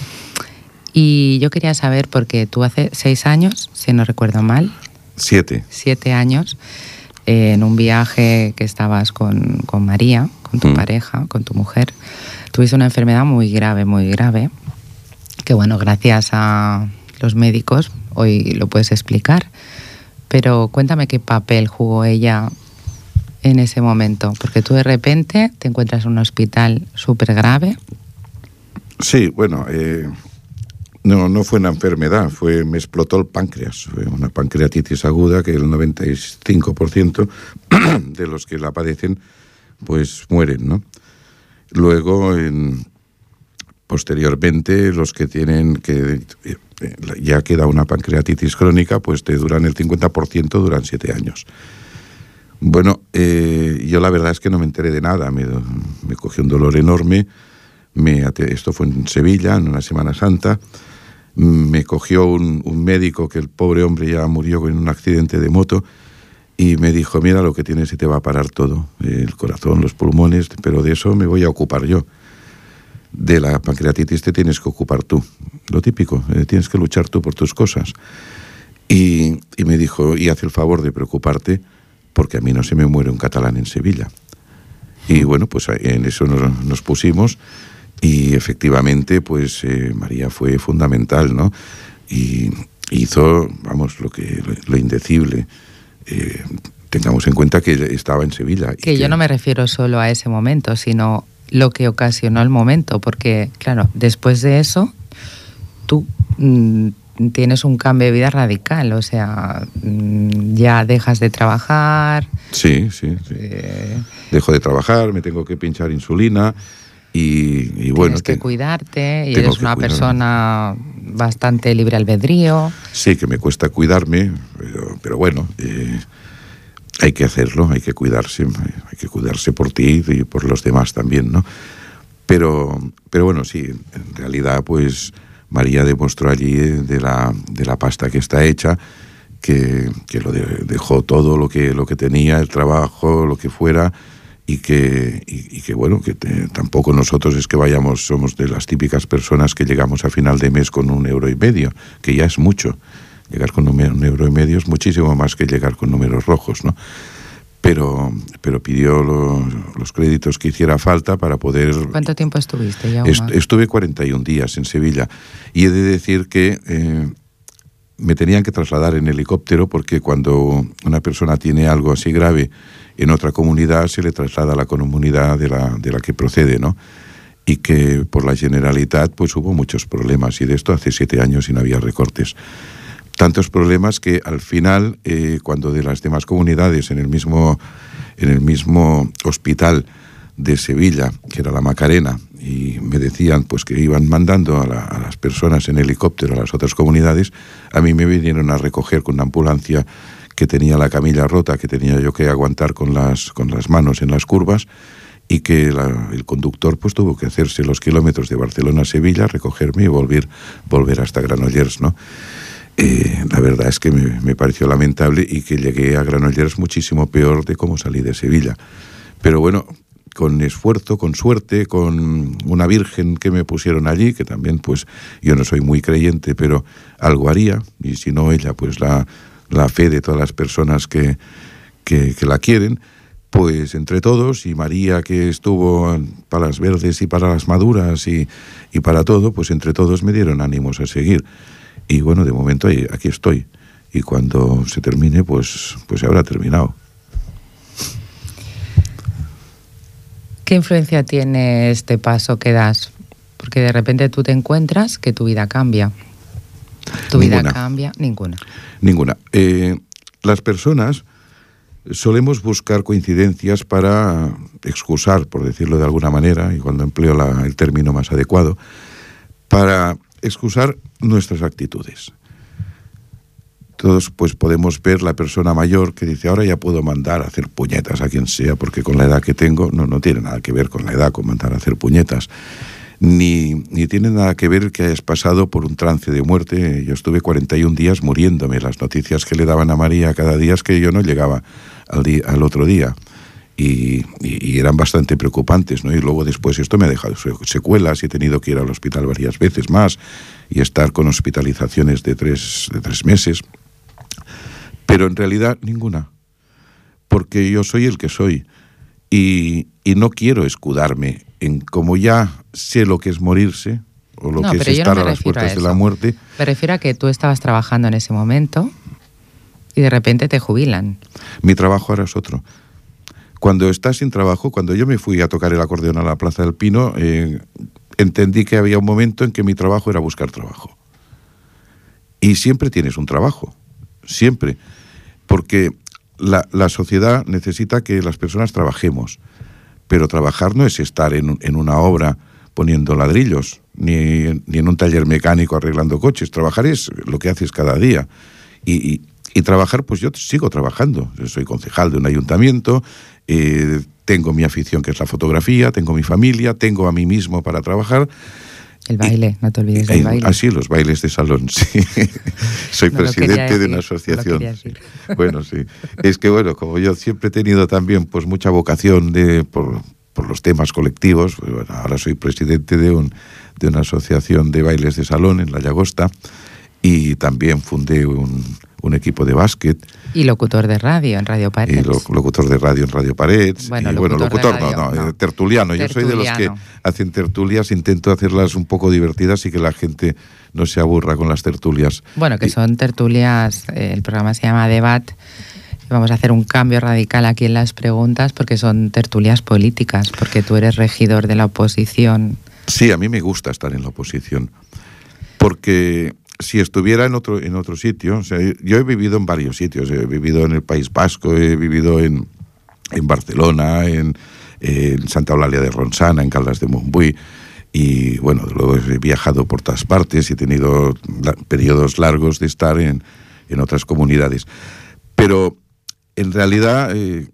Y yo quería saber, porque tú hace seis años, si no recuerdo mal. Siete. Siete años, eh, en un viaje que estabas con, con María, con tu mm. pareja, con tu mujer, tuviste una enfermedad muy grave, muy grave, que bueno, gracias a los médicos hoy lo puedes explicar. Pero cuéntame qué papel jugó ella en ese momento, porque tú de repente te encuentras en un hospital súper grave. Sí, bueno, eh, no, no fue una enfermedad, fue, me explotó el páncreas, fue una pancreatitis aguda que el noventa y cinco por ciento de los que la padecen pues mueren, ¿no? Luego, en, posteriormente, los que tienen que... Eh, ya queda una pancreatitis crónica, pues te duran el cincuenta por ciento, duran siete años. Bueno, eh, yo la verdad es que no me enteré de nada, me, me cogió un dolor enorme, me, esto fue en Sevilla, en una Semana Santa, me cogió un, un médico que el pobre hombre ya murió en un accidente de moto y me dijo, mira lo que tienes y te va a parar todo, el corazón, los pulmones, pero de eso me voy a ocupar yo. De la pancreatitis te tienes que ocupar tú, lo típico, eh, tienes que luchar tú por tus cosas. Y, y me dijo, y haz el favor de preocuparte porque a mí no se me muere un catalán en Sevilla. Y bueno, pues en eso nos, nos pusimos y efectivamente pues eh, María fue fundamental, ¿no? Y hizo, vamos, lo que lo, lo indecible. Eh, tengamos en cuenta que estaba en Sevilla. Que, y que yo no me refiero solo a ese momento, sino lo que ocasionó el momento, porque claro, después de eso tú mmm, tienes un cambio de vida radical, o sea, mmm, ya dejas de trabajar. Sí, sí, sí. Eh, Dejo de trabajar, me tengo que pinchar insulina y, y bueno... Tienes que te, cuidarte y eres una cuidarme. Persona bastante libre albedrío. Sí, que me cuesta cuidarme, pero, pero bueno... Eh, hay que hacerlo, hay que cuidarse, hay que cuidarse por ti y por los demás también, ¿no? Pero, pero bueno, sí, en realidad pues María demostró allí de la, de la pasta que está hecha, que, que lo de, dejó todo lo que, lo que tenía, el trabajo, lo que fuera, y que, y, y que bueno, que te, tampoco nosotros es que vayamos, somos de las típicas personas que llegamos a final de mes con un euro y medio, que ya es mucho. Llegar con un, un euro y medio es muchísimo más que llegar con números rojos, ¿no? Pero, pero pidió los, los créditos que hiciera falta para poder... ¿Cuánto tiempo estuviste, Jaume? Est, estuve cuarenta y un días en Sevilla, y he de decir que eh, me tenían que trasladar en helicóptero, porque cuando una persona tiene algo así grave en otra comunidad, se le traslada a la comunidad de la, de la que procede, ¿no? Y que por la Generalitat pues hubo muchos problemas, y de esto hace siete años y no había recortes. Tantos problemas que al final, eh, cuando de las demás comunidades en el mismo, en el mismo hospital de Sevilla, que era la Macarena, y me decían pues que iban mandando a, la, a las personas en helicóptero a las otras comunidades, a mí me vinieron a recoger con una ambulancia que tenía la camilla rota, que tenía yo que aguantar con las, con las manos en las curvas, y que la, el conductor pues tuvo que hacerse los kilómetros de Barcelona a Sevilla, recogerme y volver, volver hasta Granollers, ¿no? Eh, la verdad es que me, me pareció lamentable, y que llegué a Granollers muchísimo peor de cómo salí de Sevilla. Pero bueno, con esfuerzo, con suerte, con una virgen que me pusieron allí, que también pues yo no soy muy creyente, pero algo haría, y si no ella, pues la, la fe de todas las personas que, que, que la quieren, pues entre todos, y María, que estuvo para las verdes y para las maduras y, y para todo, pues entre todos me dieron ánimos a seguir. Y bueno, de momento ahí, aquí estoy. Y cuando se termine, pues, pues se habrá terminado. ¿Qué influencia tiene este paso que das? Porque de repente tú te encuentras que tu vida cambia. ¿Tu Ninguna. vida cambia? Ninguna. Ninguna. Eh, las personas solemos buscar coincidencias para excusar, por decirlo de alguna manera, y cuando empleo la, el término más adecuado, para excusar nuestras actitudes. Todos pues podemos ver la persona mayor que dice, ahora ya puedo mandar a hacer puñetas a quien sea, porque con la edad que tengo, no, no tiene nada que ver con la edad, con mandar a hacer puñetas, ni, ni tiene nada que ver que hayas pasado por un trance de muerte. Yo estuve cuarenta y un días muriéndome. Las noticias que le daban a María cada día es que yo no llegaba al, día, al otro día. Y, y, y eran bastante preocupantes, ¿no? Y luego después esto me ha dejado secuelas, y he tenido que ir al hospital varias veces más y estar con hospitalizaciones de tres, de tres meses. Pero en realidad ninguna, porque yo soy el que soy, y, y no quiero escudarme en, como ya sé lo que es morirse, o lo no, que es estar no a las puertas a de la muerte. Me refiero a que tú estabas trabajando en ese momento y de repente te jubilan. Mi trabajo ahora es otro. Cuando estás sin trabajo, cuando yo me fui a tocar el acordeón a la Plaza del Pino, eh, entendí que había un momento en que mi trabajo era buscar trabajo. Y siempre tienes un trabajo, siempre. Porque la, la sociedad necesita que las personas trabajemos. Pero trabajar no es estar en, en una obra poniendo ladrillos, ni, ni en un taller mecánico arreglando coches. Trabajar es lo que haces cada día. Y, y, y trabajar, pues yo sigo trabajando. Yo soy concejal de un ayuntamiento, eh, tengo mi afición que es la fotografía, tengo mi familia, tengo a mí mismo para trabajar. El baile, y, no te olvides del baile. Ah, sí, los bailes de salón, sí. Soy no presidente de una asociación. Sí. Bueno, sí. Es que, bueno, como yo siempre he tenido también pues mucha vocación de por, por los temas colectivos, pues, bueno, ahora soy presidente de, un, de una asociación de bailes de salón en La Llagosta, y también fundé un, un equipo de básquet. Y locutor de radio en Radio Parets. Y lo, locutor de radio en Radio Parets. Bueno, y, locutor, bueno, locutor radio, no, no, no. tertuliano. tertuliano. Yo soy de los que hacen tertulias, intento hacerlas un poco divertidas y que la gente no se aburra con las tertulias. Bueno, que y, son tertulias, eh, el programa se llama Debat. Vamos a hacer un cambio radical aquí en las preguntas, porque son tertulias políticas, porque tú eres regidor de la oposición. Sí, a mí me gusta estar en la oposición, porque si estuviera en otro en otro sitio, o sea, yo he vivido en varios sitios, he vivido en el País Vasco, he vivido en, en Barcelona, en, en Santa Eulalia de Ronçana, en Caldas de Montbui, y bueno, luego he viajado por todas partes y he tenido la, periodos largos de estar en, en otras comunidades. Pero en realidad eh,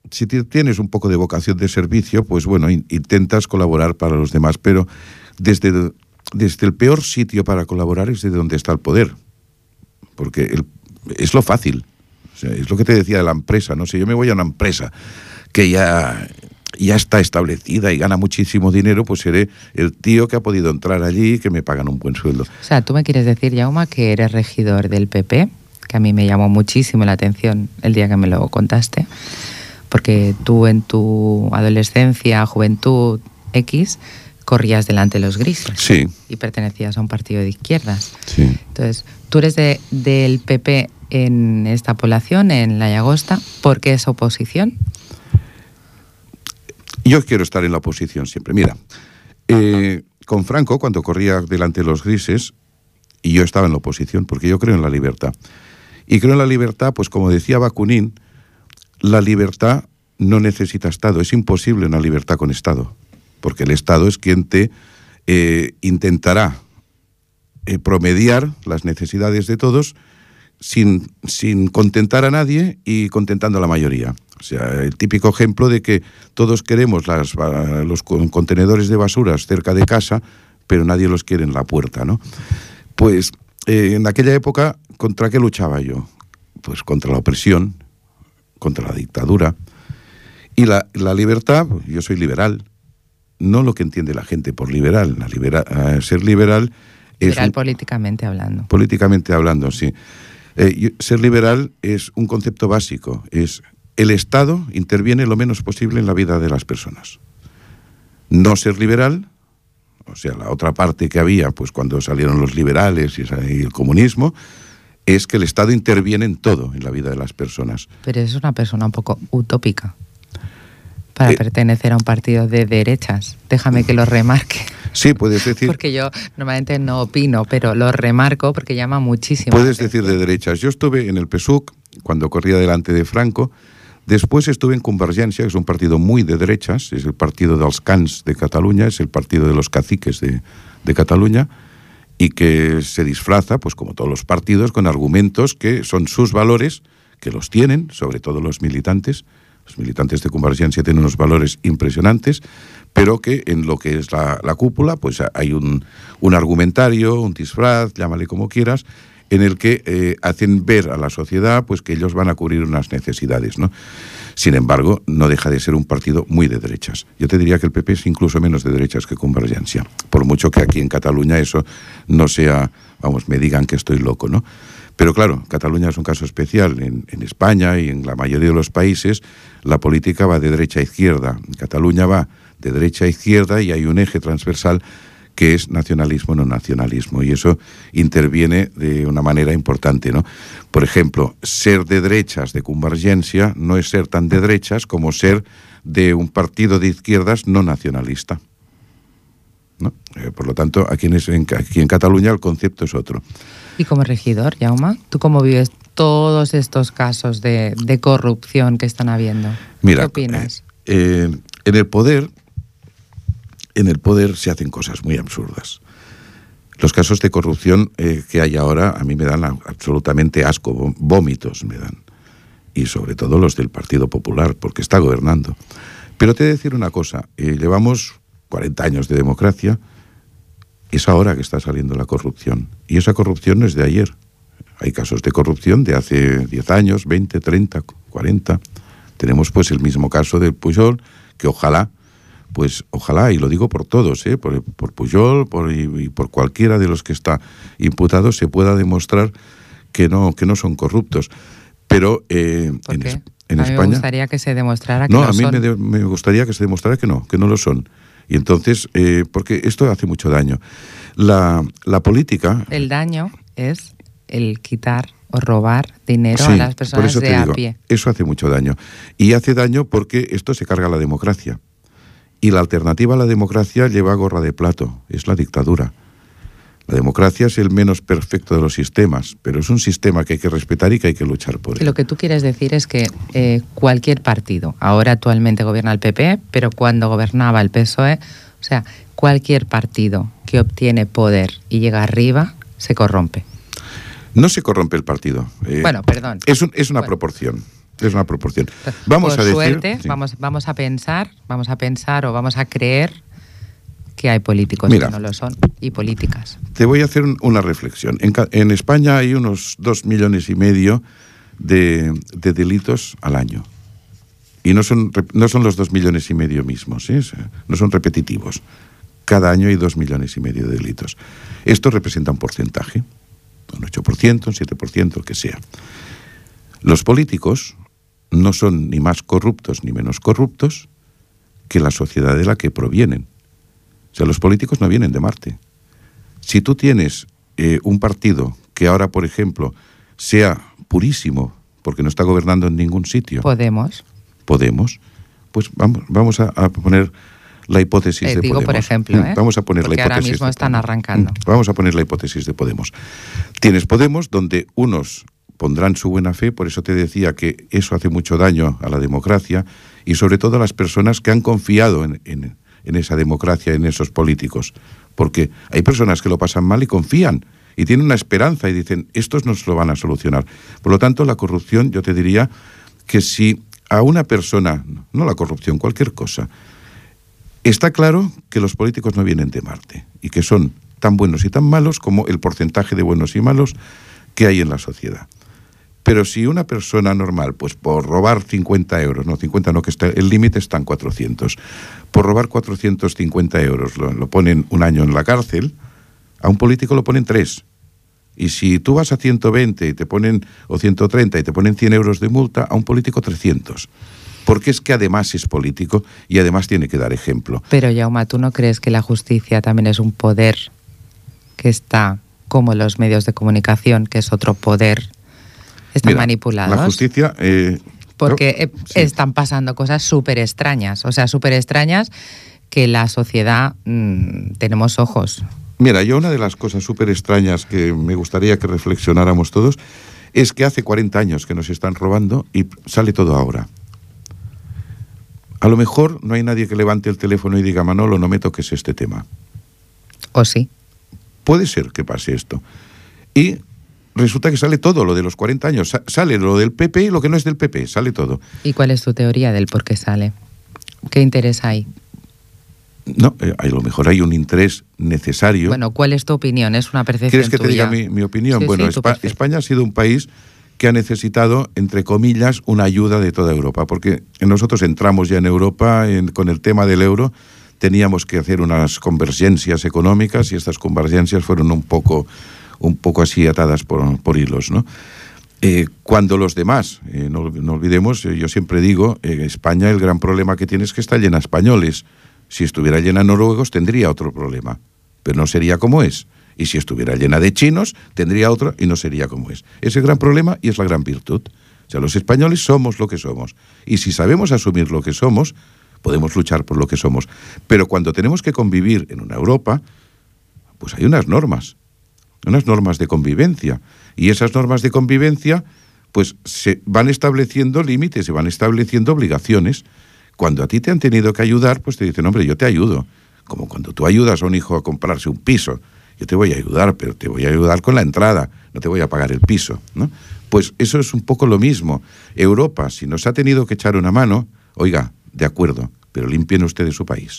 si tienes un poco de vocación de servicio, pues bueno, in, intentas colaborar para los demás, pero desde el, desde el peor sitio para colaborar es desde donde está el poder, porque el, es lo fácil, o sea, es lo que te decía de la empresa, no sé, yo me voy a una empresa que ya, ya está establecida y gana muchísimo dinero, pues seré el tío que ha podido entrar allí y que me pagan un buen sueldo. O sea, tú me quieres decir, Jaume, que eres regidor del P P, que a mí me llamó muchísimo la atención el día que me lo contaste, porque tú en tu adolescencia, juventud X, corrías delante de los grises. Sí. Y pertenecías a un partido de izquierdas. Sí. Entonces, tú eres de, del P P en esta población, en La Llagosta. ¿Por qué es oposición? Yo quiero estar en la oposición siempre. Mira, eh, con Franco, cuando corría delante de los grises, y yo estaba en la oposición, porque yo creo en la libertad. Y creo en la libertad, pues como decía Bakunin, la libertad no necesita Estado. Es imposible una libertad con Estado, porque el Estado es quien te eh, intentará eh, promediar las necesidades de todos sin, sin contentar a nadie y contentando a la mayoría. O sea, el típico ejemplo de que todos queremos las, los contenedores de basuras cerca de casa, pero nadie los quiere en la puerta, ¿no? Pues eh, en aquella época, ¿contra qué luchaba yo? Pues contra la opresión, contra la dictadura. Y la, la libertad, yo soy liberal, no lo que entiende la gente por liberal. La libera, uh, ser liberal es... Liberal un, políticamente hablando. Políticamente hablando, sí. Eh, yo, ser liberal es un concepto básico, es el Estado interviene lo menos posible en la vida de las personas. No ser liberal, o sea, la otra parte que había, pues cuando salieron los liberales y el comunismo, es que el Estado interviene en todo, en la vida de las personas. Pero es una persona un poco utópica para eh, pertenecer a un partido de derechas. Déjame que lo remarque. Sí, puedes decir... Porque yo normalmente no opino, pero lo remarco porque llama muchísimo. Puedes decir de derechas. Yo estuve en el P S U C cuando corría delante de Franco. Después estuve en Convergència, que es un partido muy de derechas, es el partido dels cans de Cataluña, es el partido de los caciques de, de Cataluña, y que se disfraza, pues como todos los partidos, con argumentos que son sus valores, que los tienen, sobre todo los militantes. Los militantes de Convergència tienen unos valores impresionantes, pero que en lo que es la, la cúpula, pues hay un, un argumentario, un disfraz, llámale como quieras, en el que eh, hacen ver a la sociedad pues que ellos van a cubrir unas necesidades, ¿no? Sin embargo, no deja de ser un partido muy de derechas. Yo te diría que el P P es incluso menos de derechas que Convergència, por mucho que aquí en Cataluña eso no sea, vamos, me digan que estoy loco, ¿no? Pero claro, Cataluña es un caso especial. En, en España y en la mayoría de los países la política va de derecha a izquierda. En Cataluña va de derecha a izquierda y hay un eje transversal que es nacionalismo no nacionalismo, y eso interviene de una manera importante, ¿no? Por ejemplo, ser de derechas de Convergència no es ser tan de derechas como ser de un partido de izquierdas no nacionalista, ¿no? Eh, por lo tanto, aquí en, en, aquí en Cataluña el concepto es otro. Y como regidor, Jaume, ¿tú cómo vives todos estos casos de, de corrupción que están habiendo? Mira, ¿qué opinas? Eh, eh, en el poder... En el poder se hacen cosas muy absurdas. Los casos de corrupción eh, que hay ahora a mí me dan absolutamente asco, vómitos me dan. Y sobre todo los del Partido Popular, porque está gobernando. Pero te he de decir una cosa, eh, llevamos cuarenta años de democracia, es ahora que está saliendo la corrupción. Y esa corrupción no es de ayer. Hay casos de corrupción de hace diez años, veinte, treinta, cuarenta. Tenemos pues el mismo caso del Pujol, que ojalá Pues ojalá, y lo digo por todos, ¿eh? por, por Pujol por, y, y por cualquiera de los que está imputado, se pueda demostrar que no, que no son corruptos. Pero eh, ¿Por qué? en, en a España... mí me gustaría que se demostrara que no, no a mí son. Me, de, me gustaría que se demostrara que no, que no lo son. Y entonces, eh, porque esto hace mucho daño. La, la política... El daño es el quitar o robar dinero sí, a las personas por eso de te a digo, pie. Eso hace mucho daño. Y hace daño porque esto se carga la democracia. Y la alternativa a la democracia lleva gorra de plato, es la dictadura. La democracia es el menos perfecto de los sistemas, pero es un sistema que hay que respetar y que hay que luchar por él. Lo que tú quieres decir es que eh, cualquier partido, ahora actualmente gobierna el P P, pero cuando gobernaba el P S O E, o sea, cualquier partido que obtiene poder y llega arriba, se corrompe. No se corrompe el partido. Eh, bueno, perdón. Es, un, es una bueno. proporción. Es una proporción. Vamos Por a decir, suerte, sí. vamos, vamos a pensar, vamos a pensar o vamos a creer que hay políticos Mira, que no lo son y políticas. Te voy a hacer un, una reflexión. En, en España hay unos dos millones y medio de, de delitos al año. Y no son, no son los dos millones y medio mismos, ¿eh? No son repetitivos. Cada año hay dos millones y medio de delitos. Esto representa un porcentaje, un ocho por ciento, un siete por ciento, el que sea. Los políticos no son ni más corruptos ni menos corruptos que la sociedad de la que provienen. O sea, los políticos no vienen de Marte. Si tú tienes eh, un partido que ahora, por ejemplo, sea purísimo, porque no está gobernando en ningún sitio. Podemos. Podemos. Pues vamos, vamos a, a poner la hipótesis Eh, de digo, Podemos. por ejemplo, ¿eh? Vamos a poner Porque la hipótesis. ahora mismo de están Podemos. arrancando. Vamos a poner la hipótesis de Podemos. Tienes Podemos, donde unos pondrán su buena fe, por eso te decía que eso hace mucho daño a la democracia y sobre todo a las personas que han confiado en, en, en esa democracia, en esos políticos. Porque hay personas que lo pasan mal y confían y tienen una esperanza y dicen, estos nos lo van a solucionar. Por lo tanto, la corrupción, yo te diría que si a una persona, no la corrupción, cualquier cosa, está claro que los políticos no vienen de Marte y que son tan buenos y tan malos como el porcentaje de buenos y malos que hay en la sociedad. Pero si una persona normal, pues por robar cincuenta euros, no, cincuenta no, que está, el límite está en cuatrocientos, por robar cuatrocientos cincuenta euros lo, lo ponen un año en la cárcel, a un político lo ponen tres. Y si tú vas a ciento veinte y te ponen, o ciento treinta y te ponen cien euros de multa, a un político trescientos. Porque es que además es político y además tiene que dar ejemplo. Pero, Jaume, ¿tú no crees que la justicia también es un poder que está, como los medios de comunicación, que es otro poder, están Mira, manipulados? La justicia... Eh, Porque no, eh, sí. están pasando cosas súper extrañas, o sea, súper extrañas que la sociedad mmm, tenemos ojos. Mira, yo una de las cosas súper extrañas que me gustaría que reflexionáramos todos es que hace cuarenta años que nos están robando y sale todo ahora. A lo mejor no hay nadie que levante el teléfono y diga, Manolo, no me toques este tema. ¿O sí? Puede ser que pase esto. Y resulta que sale todo, lo de los cuarenta años. Sa- sale lo del P P y lo que no es del P P, sale todo. ¿Y cuál es tu teoría del por qué sale? ¿Qué interés hay? No, eh, a lo mejor hay un interés necesario. Bueno, ¿cuál es tu opinión? Es una percepción ¿Quieres que te tuya. diga mi, mi opinión? Sí, bueno, sí, tu Espa- percepción. España ha sido un país que ha necesitado, entre comillas, una ayuda de toda Europa, porque nosotros entramos ya en Europa en, con el tema del euro, teníamos que hacer unas convergencias económicas y estas convergencias fueron un poco, un poco así atadas por, por hilos, ¿no? Eh, cuando los demás, eh, no, no olvidemos, eh, yo siempre digo, eh, España el gran problema que tiene es que está llena de españoles. Si estuviera llena de noruegos tendría otro problema, pero no sería como es. Y si estuviera llena de chinos tendría otro y no sería como es. Es el gran problema y es la gran virtud. O sea, los españoles somos lo que somos. Y si sabemos asumir lo que somos, podemos luchar por lo que somos. Pero cuando tenemos que convivir en una Europa, pues hay unas normas, unas normas de convivencia. Y esas normas de convivencia, pues se van estableciendo límites, se van estableciendo obligaciones. Cuando a ti te han tenido que ayudar, pues te dicen, hombre, yo te ayudo. Como cuando tú ayudas a un hijo a comprarse un piso. Yo te voy a ayudar, pero te voy a ayudar con la entrada, no te voy a pagar el piso, ¿no? Pues eso es un poco lo mismo. Europa, si nos ha tenido que echar una mano, oiga, de acuerdo, pero limpien ustedes su país.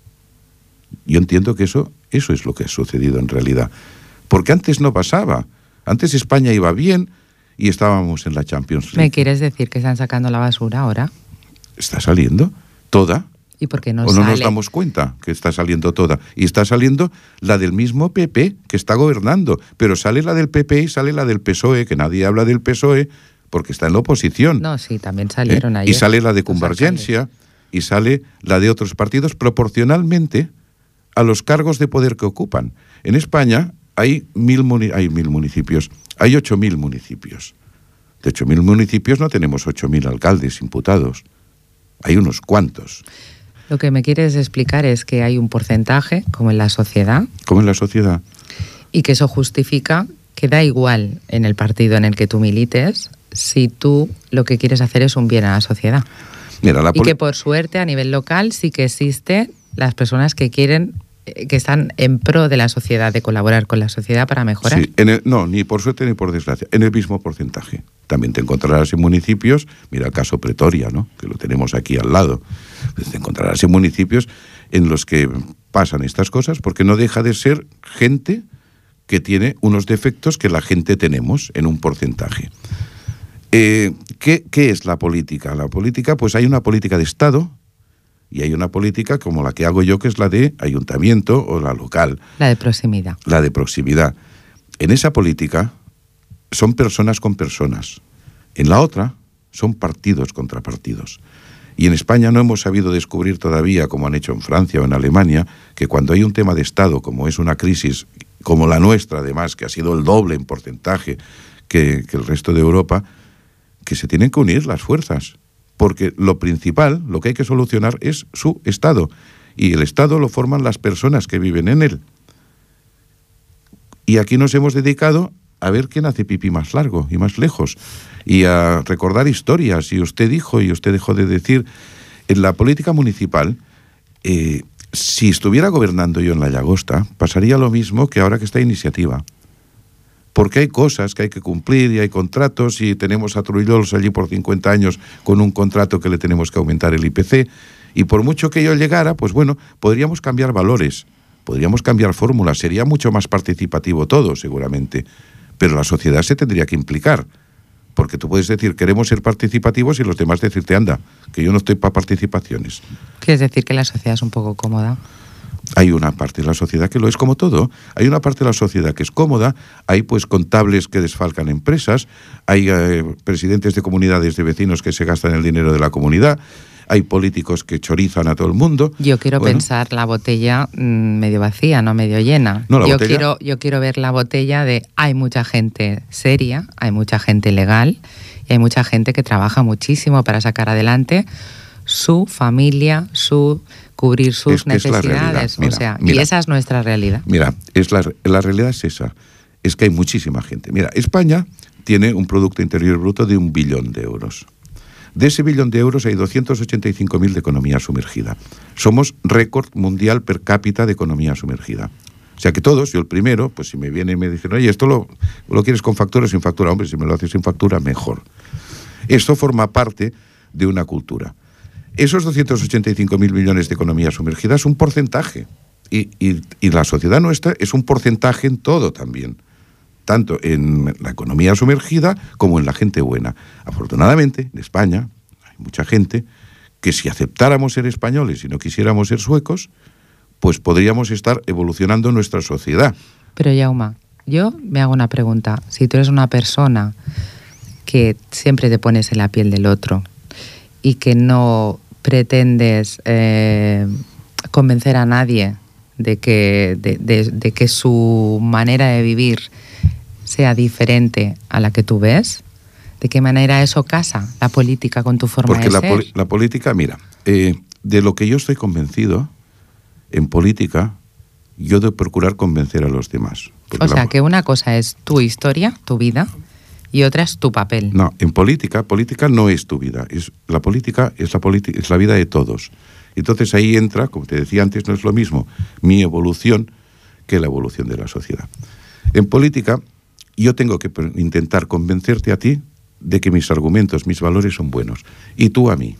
Yo entiendo que eso, eso es lo que ha sucedido en realidad. Porque antes no pasaba. Antes España iba bien y estábamos en la Champions League. ¿Me quieres decir que están sacando la basura ahora? Está saliendo toda. ¿Y por qué no o no sale? nos damos cuenta que está saliendo toda. Y está saliendo la del mismo P P que está gobernando. Pero sale la del P P y sale la del P S O E, que nadie habla del P S O E porque está en la oposición. No, sí, también salieron ¿Eh? ayer. Y sale la de los Convergencia alcaldes. y sale la de otros partidos proporcionalmente a los cargos de poder que ocupan. En España hay mil, muni- hay mil municipios, hay ocho mil municipios. De ocho mil municipios no tenemos ocho mil alcaldes imputados. Hay unos cuantos. Lo que me quieres explicar es que hay un porcentaje, como en la sociedad, Como en la sociedad. y que eso justifica que da igual en el partido en el que tú milites si tú lo que quieres hacer es un bien a la sociedad. Mira, la Y poli- que por suerte a nivel local sí que existen las personas que quieren que están en pro de la sociedad, de colaborar con la sociedad para mejorar. Sí, en el, no, ni por suerte ni por desgracia, en el mismo porcentaje. También te encontrarás en municipios, mira el caso Pretoria, ¿no?, que lo tenemos aquí al lado. Pues te encontrarás en municipios en los que pasan estas cosas porque no deja de ser gente que tiene unos defectos que la gente tenemos en un porcentaje. Eh, ¿qué, ¿Qué es la política? La política, pues hay una política de Estado y hay una política como la que hago yo, que es la de ayuntamiento o la local. La de proximidad. La de proximidad. En esa política son personas con personas. En la otra son partidos contra partidos. Y en España no hemos sabido descubrir todavía, como han hecho en Francia o en Alemania, que cuando hay un tema de Estado, como es una crisis como la nuestra, además, que ha sido el doble en porcentaje que, que el resto de Europa, que se tienen que unir las fuerzas. Porque lo principal, lo que hay que solucionar es su Estado. Y el Estado lo forman las personas que viven en él. Y aquí nos hemos dedicado a ver quién hace pipí más largo y más lejos. Y a recordar historias. Y usted dijo, y usted dejó de decir, en la política municipal, eh, si estuviera gobernando yo en la Llagosta, pasaría lo mismo que ahora que está Iniciativa. Porque hay cosas que hay que cumplir y hay contratos y tenemos a Trullols allí por cincuenta años con un contrato que le tenemos que aumentar el I P C y por mucho que yo llegara, pues bueno, podríamos cambiar valores, podríamos cambiar fórmulas, sería mucho más participativo todo seguramente, pero la sociedad se tendría que implicar, porque tú puedes decir queremos ser participativos y los demás decirte anda, que yo no estoy para participaciones. ¿Quieres decir que la sociedad es un poco cómoda? Hay una parte de la sociedad que lo es como todo. Hay una parte de la sociedad que es cómoda, hay pues contables que desfalcan empresas, hay eh, presidentes de comunidades de vecinos que se gastan el dinero de la comunidad, hay políticos que chorizan a todo el mundo. Yo quiero bueno, pensar la botella mmm, medio vacía, no medio llena. No, la yo, botella... quiero, yo quiero ver la botella de hay mucha gente seria, hay mucha gente legal y hay mucha gente que trabaja muchísimo para sacar adelante su familia, su cubrir sus es, necesidades. Es mira, o sea, mira, y esa es nuestra realidad. Mira, es la, la realidad es esa. Es que hay muchísima gente. Mira, España tiene un Producto Interior Bruto de un billón de euros. De ese billón de euros hay doscientos ochenta y cinco mil de economía sumergida. Somos récord mundial per cápita de economía sumergida. O sea que todos, yo el primero, pues si me vienen y me dicen, oye, ¿esto lo, lo quieres con factura o sin factura? Hombre, si me lo haces sin factura, mejor. Esto forma parte de una cultura. Esos doscientos ochenta y cinco mil millones de economía sumergida es un porcentaje. Y, y, y la sociedad nuestra es un porcentaje en todo también. Tanto en la economía sumergida como en la gente buena. Afortunadamente, en España hay mucha gente que si aceptáramos ser españoles y no quisiéramos ser suecos, pues podríamos estar evolucionando nuestra sociedad. Pero Jaume, yo me hago una pregunta. Si tú eres una persona que siempre te pones en la piel del otro y que no pretendes eh, convencer a nadie de que, de, de, de que su manera de vivir sea diferente a la que tú ves, ¿de qué manera eso casa la política con tu forma Porque de la ser? Porque la política, mira, eh, de lo que yo estoy convencido, en política, yo de procurar convencer a los demás. O sea, la... que una cosa es tu historia, tu vida, y otra es tu papel. No, en política, política no es tu vida. Es, la política es la, politi- es la vida de todos. Entonces ahí entra, como te decía antes, no es lo mismo mi evolución que la evolución de la sociedad. En política, yo tengo que intentar convencerte a ti de que mis argumentos, mis valores son buenos. Y tú a mí.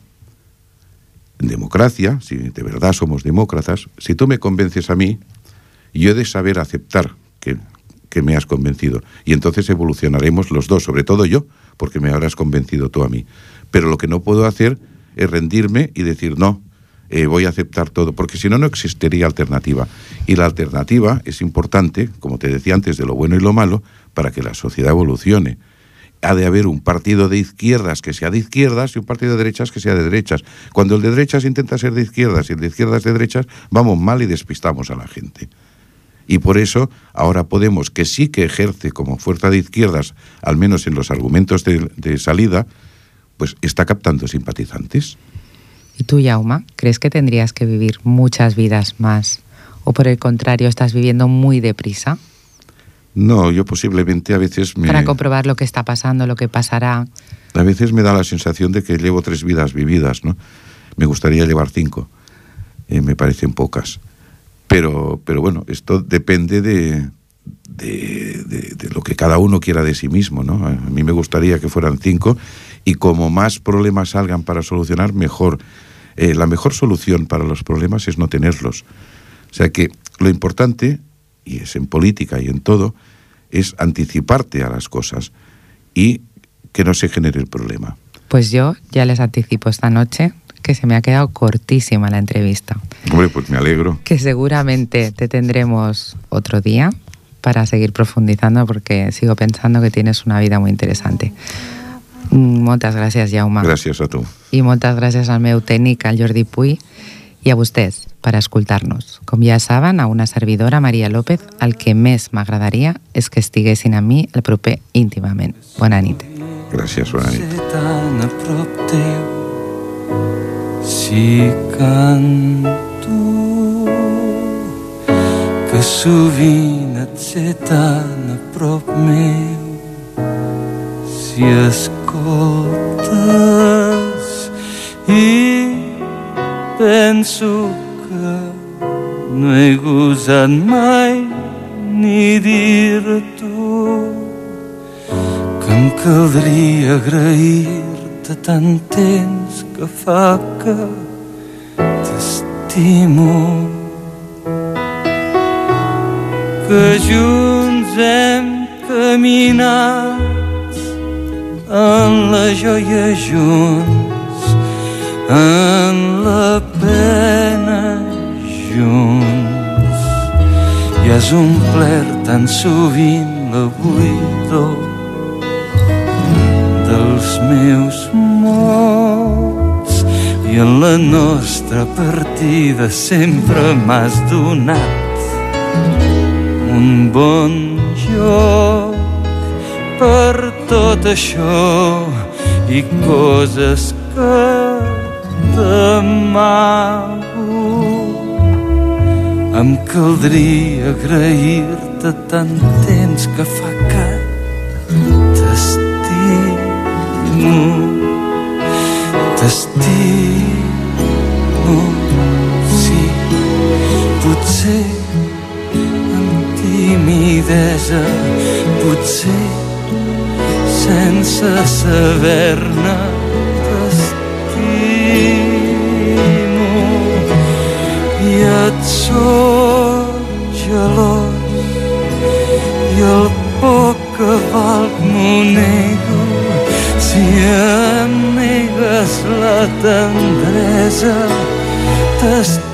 En democracia, si de verdad somos demócratas, si tú me convences a mí, yo he de saber aceptar que, que me has convencido. Y entonces evolucionaremos los dos, sobre todo yo, porque me habrás convencido tú a mí. Pero lo que no puedo hacer es rendirme y decir, no, eh, voy a aceptar todo, porque si no, no existiría alternativa. Y la alternativa es importante, como te decía antes, de lo bueno y lo malo, para que la sociedad evolucione. Ha de haber un partido de izquierdas que sea de izquierdas y un partido de derechas que sea de derechas. Cuando el de derechas intenta ser de izquierdas y el de izquierdas de derechas, vamos mal y despistamos a la gente. Y por eso ahora Podemos, que sí que ejerce como fuerza de izquierdas, al menos en los argumentos de, de salida, pues está captando simpatizantes. ¿Y tú, Jaume, crees que tendrías que vivir muchas vidas más? ¿O por el contrario, estás viviendo muy deprisa? No, yo posiblemente a veces me... Para comprobar lo que está pasando, lo que pasará. A veces me da la sensación de que llevo tres vidas vividas, ¿no? Me gustaría llevar cinco. Eh, me parecen pocas. Pero, pero bueno, esto depende de, de, de, de lo que cada uno quiera de sí mismo, ¿no? A mí me gustaría que fueran cinco, y como más problemas salgan para solucionar, mejor. Eh, la mejor solución para los problemas es no tenerlos. O sea que lo importante, y es en política y en todo, es anticiparte a las cosas y que no se genere el problema. Pues yo ya les anticipo esta noche que se me ha quedado cortísima la entrevista. Hombre, pues me alegro. Que seguramente te tendremos otro día para seguir profundizando, porque sigo pensando que tienes una vida muy interesante. Moltes gràcies, Jaume. Gràcies a tu. I moltes gràcies al meu tècnic, al Jordi Puy, i a vostès per escoltar-nos. Com ja saben, a una servidora, Maria López, el que més m'agradaria és que estiguessin amb mi el proper íntimament. Bona nit. Gràcies, bona nit. Tan a prop teu, si canto, que sovint et sé tan a prop meu, si escoltes i penso que no he gosat mai ni dir-t'ho, que em caldria agrair-te tant temps que fa que t'estimo, que junts hem caminat en la joia junts, en la pena junts, i has omplert tan sovint la buidor dels meus mots, i en la nostra partida sempre m'has donat un bon joc. Per tot això i coses que t'amago, em caldria agrair-te tant temps que fa que t'estimo, t'estimo, sí, potser amb timidesa, potser sense saber-ne t'estimo, i et soc gelós, i el poc que valc m'ho nego, si em negues la tendresa t'estimo.